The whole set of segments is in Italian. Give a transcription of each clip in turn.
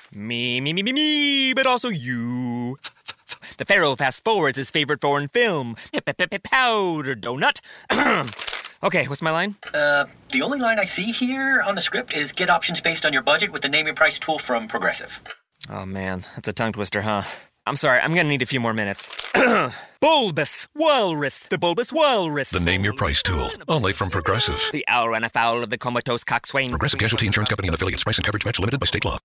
Me, but also you. The Pharaoh fast forwards his favorite foreign film, Powder Donut. Okay, what's my line? The only line I see here on the script is get options based on your budget with the Name Your Price tool from Progressive. Oh man, that's a tongue twister, huh? I'm sorry, I'm gonna need a few more minutes. Bulbous Walrus, the Bulbous Walrus. The Name Your Price tool, only from Progressive. The owl ran afoul of the comatose coxswain. Progressive Casualty Insurance Company and affiliates. Price and coverage match limited by state law.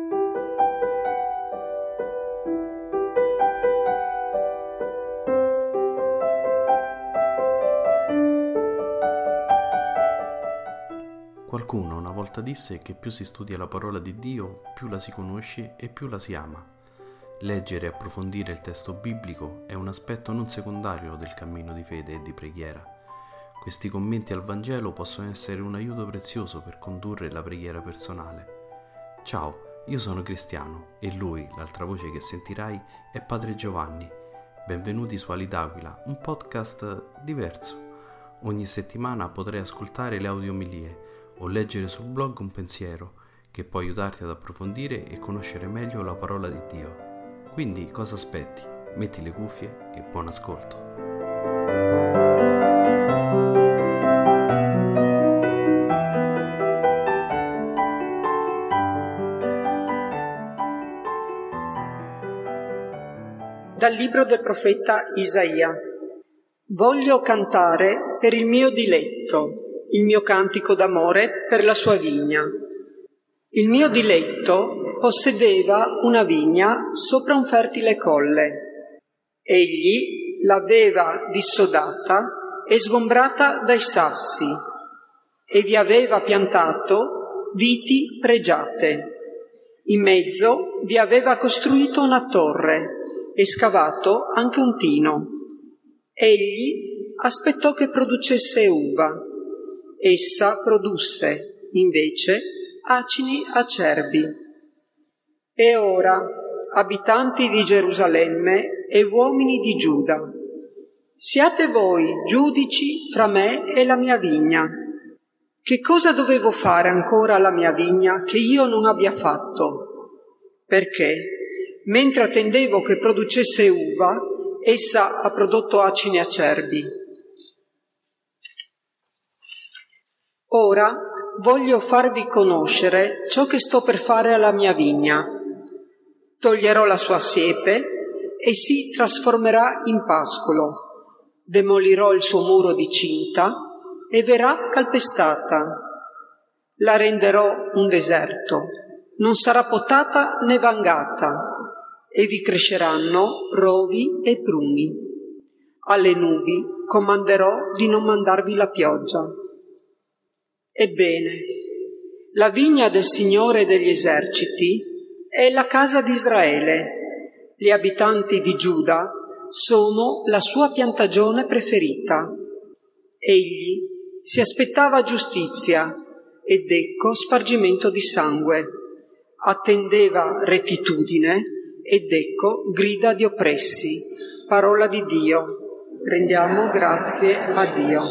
Qualcuno una volta disse che più si studia la parola di Dio, più la si conosce e più la si ama. Leggere e approfondire il testo biblico è un aspetto non secondario del cammino di fede e di preghiera. Questi commenti al Vangelo possono essere un aiuto prezioso per condurre la preghiera personale. Ciao, io sono Cristiano e lui, l'altra voce che sentirai, è Padre Giovanni. Benvenuti su Ali d'Aquila, un podcast diverso. Ogni settimana potrai ascoltare le audiomilie o leggere sul blog un pensiero che può aiutarti ad approfondire e conoscere meglio la parola di Dio. Quindi cosa aspetti? Metti le cuffie e buon ascolto. Dal libro del profeta Isaia. Voglio cantare per il mio diletto, il mio cantico d'amore per la sua vigna. Il mio diletto possedeva una vigna sopra un fertile colle. Egli l'aveva dissodata e sgombrata dai sassi e vi aveva piantato viti pregiate. In mezzo vi aveva costruito una torre e scavato anche un tino. Egli aspettò che producesse uva. Essa produsse, invece, acini acerbi. E ora, abitanti di Gerusalemme e uomini di Giuda, siate voi giudici fra me e la mia vigna. Che cosa dovevo fare ancora alla mia vigna che io non abbia fatto? Perché, mentre attendevo che producesse uva, essa ha prodotto acini acerbi. Ora voglio farvi conoscere ciò che sto per fare alla mia vigna. Toglierò la sua siepe e si trasformerà in pascolo. Demolirò il suo muro di cinta e verrà calpestata. La renderò un deserto, non sarà potata né vangata, e vi cresceranno rovi e pruni. Alle nubi comanderò di non mandarvi la pioggia. Ebbene, la vigna del Signore degli eserciti è la casa di Israele. Gli abitanti di Giuda sono la sua piantagione preferita. Egli si aspettava giustizia ed ecco spargimento di sangue. Attendeva rettitudine ed ecco grida di oppressi. Parola di Dio. Rendiamo grazie a Dio.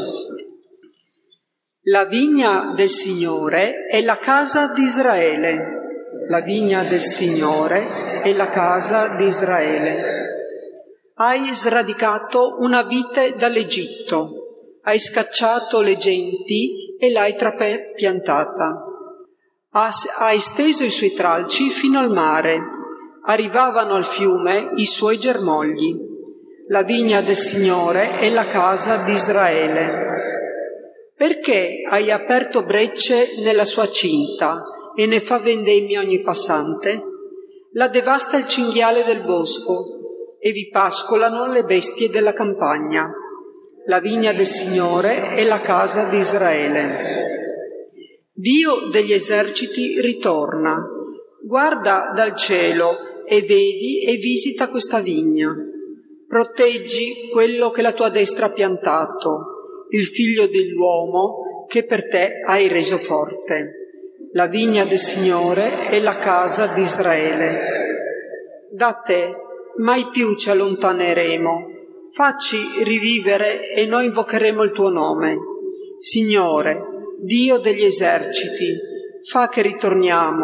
La vigna del Signore è la casa di Israele. La vigna del Signore è la casa di Israele. Hai sradicato una vite dall'Egitto, hai scacciato le genti e l'hai trapiantata. Hai steso i suoi tralci fino al mare, arrivavano al fiume i suoi germogli. La vigna del Signore è la casa di Israele. Perché hai aperto brecce nella sua cinta e ne fa vendemmia ogni passante? La devasta il cinghiale del bosco e vi pascolano le bestie della campagna. La vigna del Signore è la casa di Israele. Dio degli eserciti ritorna. Guarda dal cielo e vedi e visita questa vigna. Proteggi quello che la tua destra ha piantato, il figlio dell'uomo che per te hai reso forte. La vigna del Signore è la casa di Israele. Da te mai più ci allontaneremo. Facci rivivere e noi invocheremo il tuo nome. Signore, Dio degli eserciti, fa che ritorniamo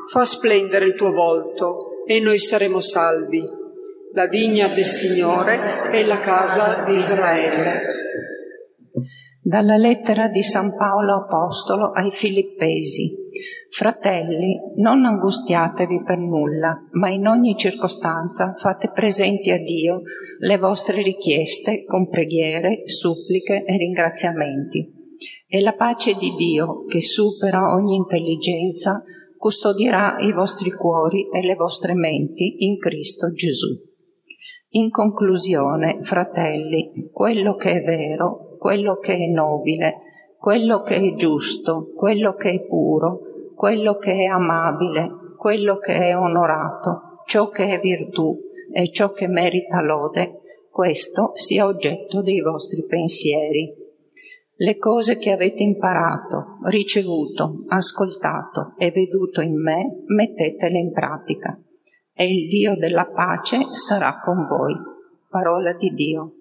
fa splendere il tuo volto e noi saremo salvi. La vigna del Signore è la casa di Israele. Dalla lettera di San Paolo Apostolo ai Filippesi. Fratelli, non angustiatevi per nulla, ma in ogni circostanza fate presenti a Dio le vostre richieste con preghiere, suppliche e ringraziamenti. E la pace di Dio, che supera ogni intelligenza, custodirà i vostri cuori e le vostre menti in Cristo Gesù. In conclusione, fratelli, quello che è vero, quello che è nobile, quello che è giusto, quello che è puro, quello che è amabile, quello che è onorato, ciò che è virtù e ciò che merita lode, questo sia oggetto dei vostri pensieri. Le cose che avete imparato, ricevuto, ascoltato e veduto in me, mettetele in pratica. E il Dio della pace sarà con voi. Parola di Dio.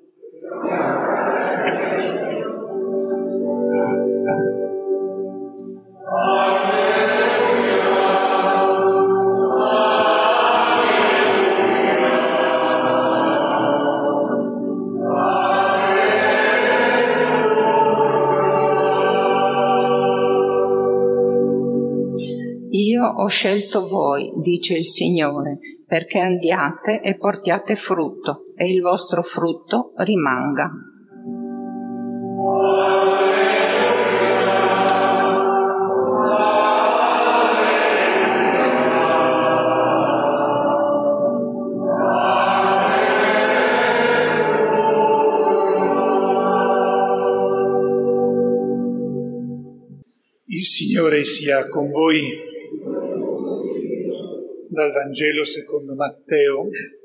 Io ho scelto voi, dice il Signore, perché andiate e portiate frutto, e il vostro frutto rimanga. Il Signore sia con voi. Dal Vangelo secondo Matteo.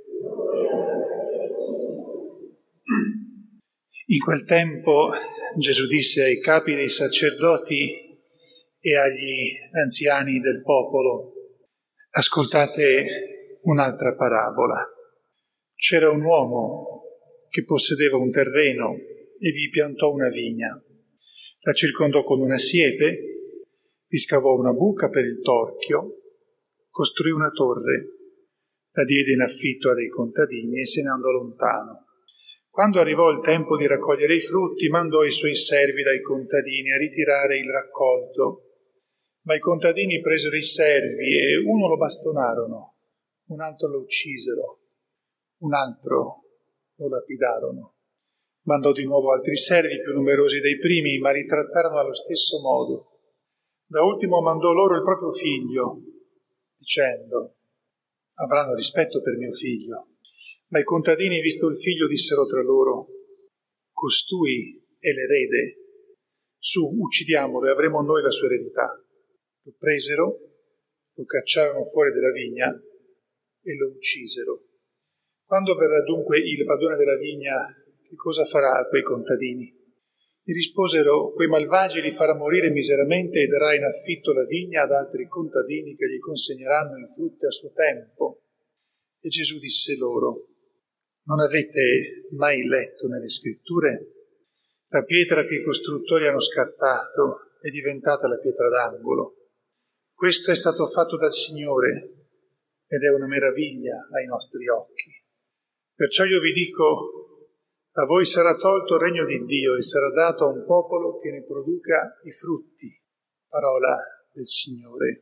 In quel tempo Gesù disse ai capi dei sacerdoti e agli anziani del popolo: ascoltate un'altra parabola. C'era un uomo che possedeva un terreno e vi piantò una vigna. La circondò con una siepe, vi scavò una buca per il torchio, costruì una torre, la diede in affitto a dei contadini e se ne andò lontano. Quando arrivò il tempo di raccogliere i frutti, mandò i suoi servi dai contadini a ritirare il raccolto. Ma i contadini presero i servi e uno lo bastonarono, un altro lo uccisero, un altro lo lapidarono. Mandò di nuovo altri servi più numerosi dei primi, ma li trattarono allo stesso modo. Da ultimo mandò loro il proprio figlio, dicendo: avranno rispetto per mio figlio. Ma i contadini, visto il figlio, dissero tra loro: costui è l'erede, su, uccidiamolo e avremo noi la sua eredità. Lo presero, lo cacciarono fuori della vigna e lo uccisero. Quando verrà dunque il padrone della vigna, che cosa farà a quei contadini? Gli risposero: quei malvagi li farà morire miseramente e darà in affitto la vigna ad altri contadini che gli consegneranno i frutti a suo tempo. E Gesù disse loro: non avete mai letto nelle scritture? La pietra che i costruttori hanno scartato è diventata la pietra d'angolo. Questo è stato fatto dal Signore ed è una meraviglia ai nostri occhi. Perciò io vi dico: a voi sarà tolto il regno di Dio e sarà dato a un popolo che ne produca i frutti. Parola del Signore.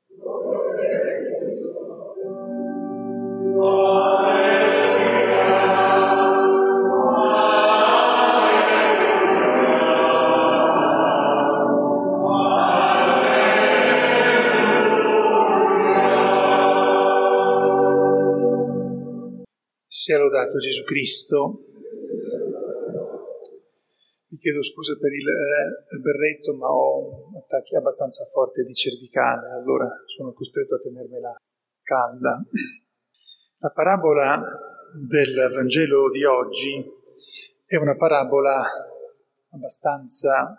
Sia lodato Gesù Cristo. Vi chiedo scusa per il berretto, ma ho attacchi abbastanza forti di cervicale, allora sono costretto a tenermela calda. La parabola del Vangelo di oggi è una parabola abbastanza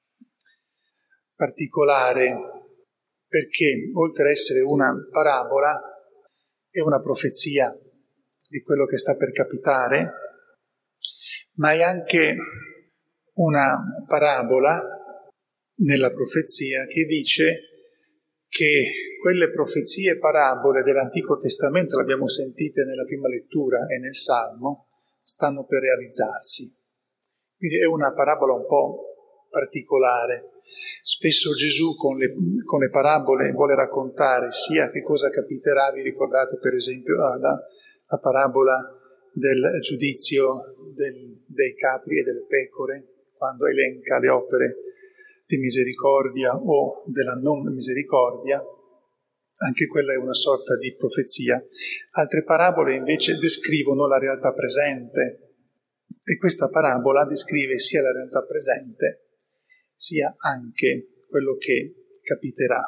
particolare, perché oltre a essere una parabola è una profezia di quello che sta per capitare, ma è anche una parabola nella profezia che dice che quelle profezie e parabole dell'Antico Testamento, le abbiamo sentite nella prima lettura e nel Salmo, stanno per realizzarsi. Quindi è una parabola un po' particolare. Spesso Gesù con le parabole vuole raccontare sia che cosa capiterà. Vi ricordate per esempio la parabola del giudizio dei capri e delle pecore, quando elenca le opere di misericordia o della non misericordia. Anche quella è una sorta di profezia. Altre parabole invece descrivono la realtà presente, e questa parabola descrive sia la realtà presente sia anche quello che capiterà.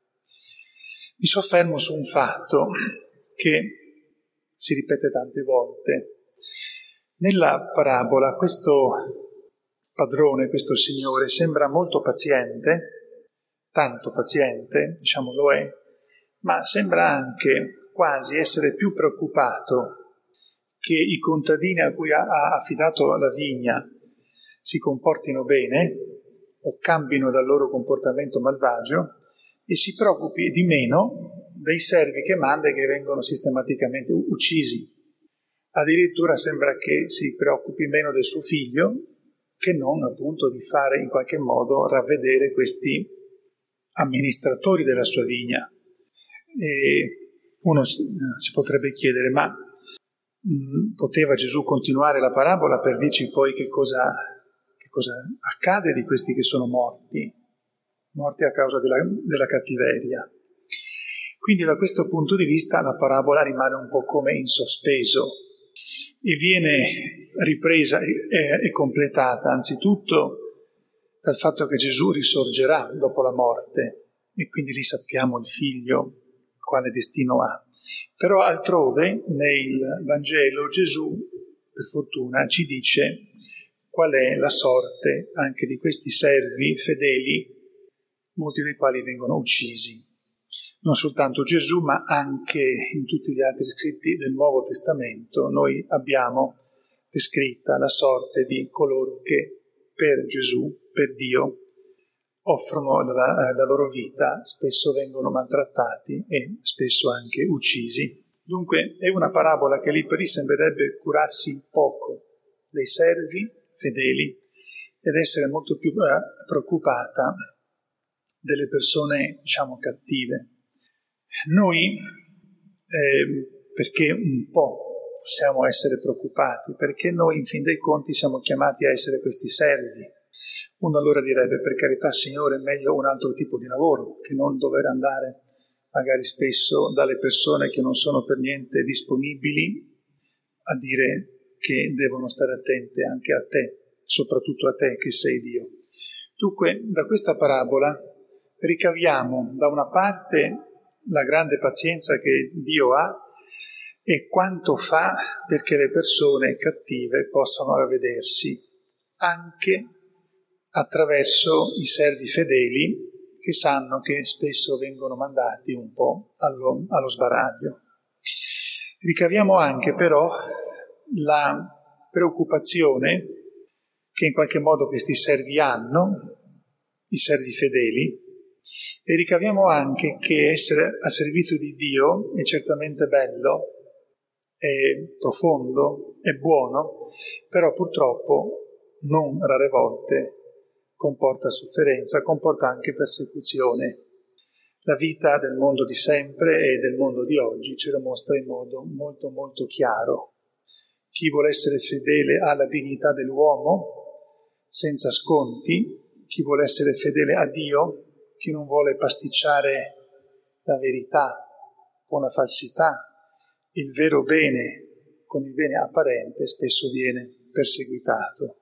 Mi soffermo su un fatto che si ripete tante volte. Nella parabola questo padrone, questo signore, sembra molto paziente, tanto paziente, diciamo lo è, ma sembra anche quasi essere più preoccupato che i contadini a cui ha affidato la vigna si comportino bene o cambino dal loro comportamento malvagio e si preoccupi di meno dei servi che manda e che vengono sistematicamente uccisi. Addirittura sembra che si preoccupi meno del suo figlio che non appunto di fare in qualche modo ravvedere questi amministratori della sua vigna. E uno si potrebbe chiedere, ma poteva Gesù continuare la parabola per dirci poi che cosa accade di questi che sono morti a causa della cattiveria. Quindi da questo punto di vista la parabola rimane un po' come in sospeso e viene ripresa e completata anzitutto dal fatto che Gesù risorgerà dopo la morte e quindi lì sappiamo il figlio quale destino ha. Però altrove nel Vangelo Gesù, per fortuna, ci dice qual è la sorte anche di questi servi fedeli, molti dei quali vengono uccisi. Non soltanto Gesù, ma anche in tutti gli altri scritti del Nuovo Testamento noi abbiamo descritta la sorte di coloro che per Gesù, per Dio, offrono la loro vita, spesso vengono maltrattati e spesso anche uccisi. Dunque è una parabola che lì per lì sembrerebbe curarsi poco dei servi fedeli ed essere molto più preoccupata delle persone, diciamo, cattive. Noi, perché un po' possiamo essere preoccupati? Perché noi in fin dei conti siamo chiamati a essere questi servi. Uno allora direbbe, per carità Signore, è meglio un altro tipo di lavoro che non dover andare magari spesso dalle persone che non sono per niente disponibili a dire che devono stare attente anche a te, soprattutto a te che sei Dio. Dunque, da questa parabola ricaviamo da una parte la grande pazienza che Dio ha e quanto fa perché le persone cattive possano ravvedersi anche attraverso i servi fedeli che sanno che spesso vengono mandati un po' allo sbaraglio. Ricaviamo anche però la preoccupazione che in qualche modo questi servi hanno, i servi fedeli, e ricaviamo anche che essere a servizio di Dio è certamente bello, è profondo, è buono, però purtroppo non rare volte comporta sofferenza, comporta anche persecuzione. La vita del mondo di sempre e del mondo di oggi ce lo mostra in modo molto molto chiaro. Chi vuole essere fedele alla dignità dell'uomo, senza sconti, chi vuole essere fedele a Dio, chi non vuole pasticciare la verità con la falsità, il vero bene con il bene apparente, spesso viene perseguitato.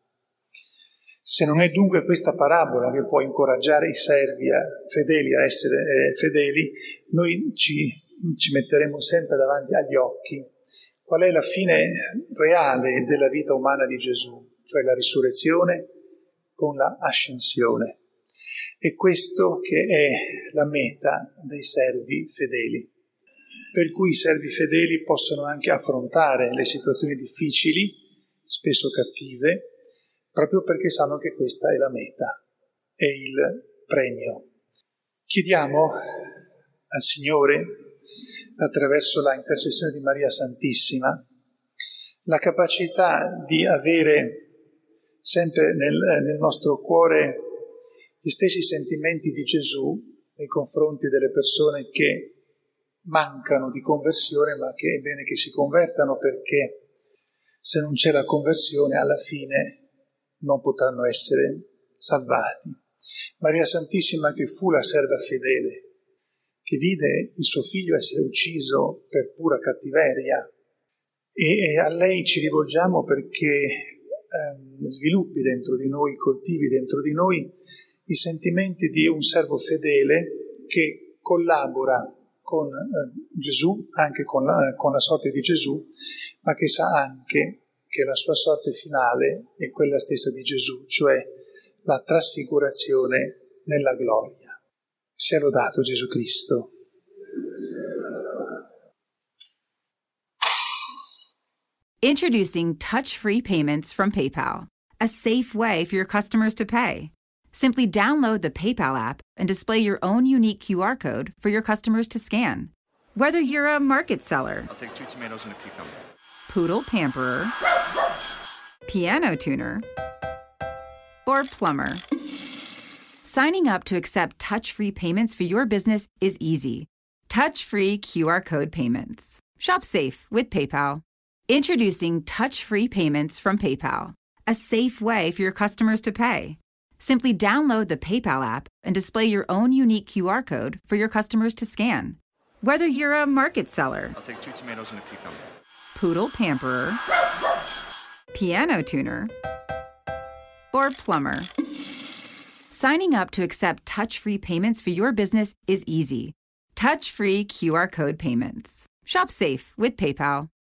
Se non è dunque questa parabola che può incoraggiare i servi fedeli a essere fedeli, noi ci metteremo sempre davanti agli occhi qual è la fine reale della vita umana di Gesù, cioè la risurrezione con la ascensione. E questo che è la meta dei servi fedeli. Per cui i servi fedeli possono anche affrontare le situazioni difficili, spesso cattive, proprio perché sanno che questa è la meta, è il premio. Chiediamo al Signore attraverso la intercessione di Maria Santissima, la capacità di avere sempre nel nostro cuore gli stessi sentimenti di Gesù nei confronti delle persone che mancano di conversione, ma che è bene che si convertano, perché se non c'è la conversione alla fine non potranno essere salvati. Maria Santissima, che fu la serva fedele, che vide il suo figlio essere ucciso per pura cattiveria, e a lei ci rivolgiamo perché sviluppi dentro di noi, coltivi dentro di noi i sentimenti di un servo fedele che collabora con Gesù, anche con la sorte di Gesù, ma che sa anche che la sua sorte finale è quella stessa di Gesù, cioè la trasfigurazione nella gloria. Sia lodato Gesù Cristo. Introducing touch-free payments from PayPal, a safe way for your customers to pay. Simply download the PayPal app and display your own unique QR code for your customers to scan. Whether you're a market seller, I'll take 2 tomatoes and a cucumber, poodle pamperer, piano tuner, or plumber, signing up to accept touch-free payments for your business is easy. Touch-free QR code payments. Shop safe with PayPal. Introducing touch-free payments from PayPal, a safe way for your customers to pay. Simply download the PayPal app and display your own unique QR code for your customers to scan. Whether you're a market seller, I'll take 2 tomatoes and a cucumber, poodle pamperer, piano tuner, or plumber, signing up to accept touch-free payments for your business is easy. Touch-free QR code payments. Shop safe with PayPal.